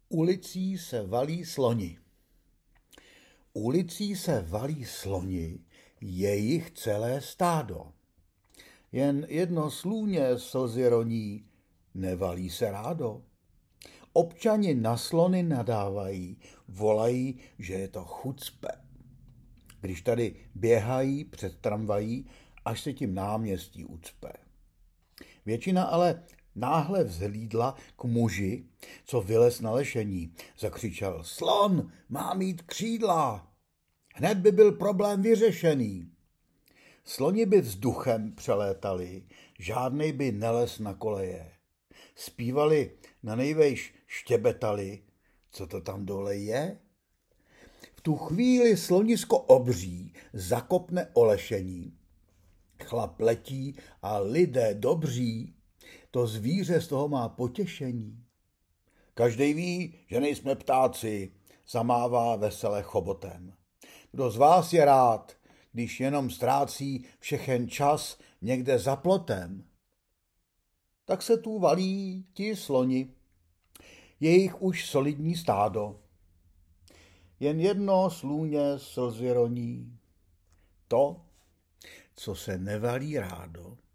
Ulicí se valí sloni. Ulicí se valí sloni, je jich celé stádo. Jen jedno slůně slzy roní, nevalí se rádo. Občani na slony nadávají, volají, že je to chucpe. Když tady běhají před tramvají, až se tím náměstí ucpe. Většina ale náhle vzhlídla k muži, co vylez na lešení. Zakřičel: slon má mít křídla, hned by byl problém vyřešený. Sloni by vzduchem přelétali, žádnej by nelez na koleje. Zpívali, na nejvejš štěbetali, co to tam dole je. V tu chvíli slonisko obří zakopne o lešení. Chlap letí a lidé dobří, to zvíře z toho má potěšení. Každej ví, že nejsme ptáci, zamává vesele chobotem. Kdo z vás je rád, když jenom ztrácí všechen čas někde za plotem? Tak se tu valí ti sloni, je jich už solidní stádo. Jen jedno slůně slzy roní, to, co se nevalí rádo.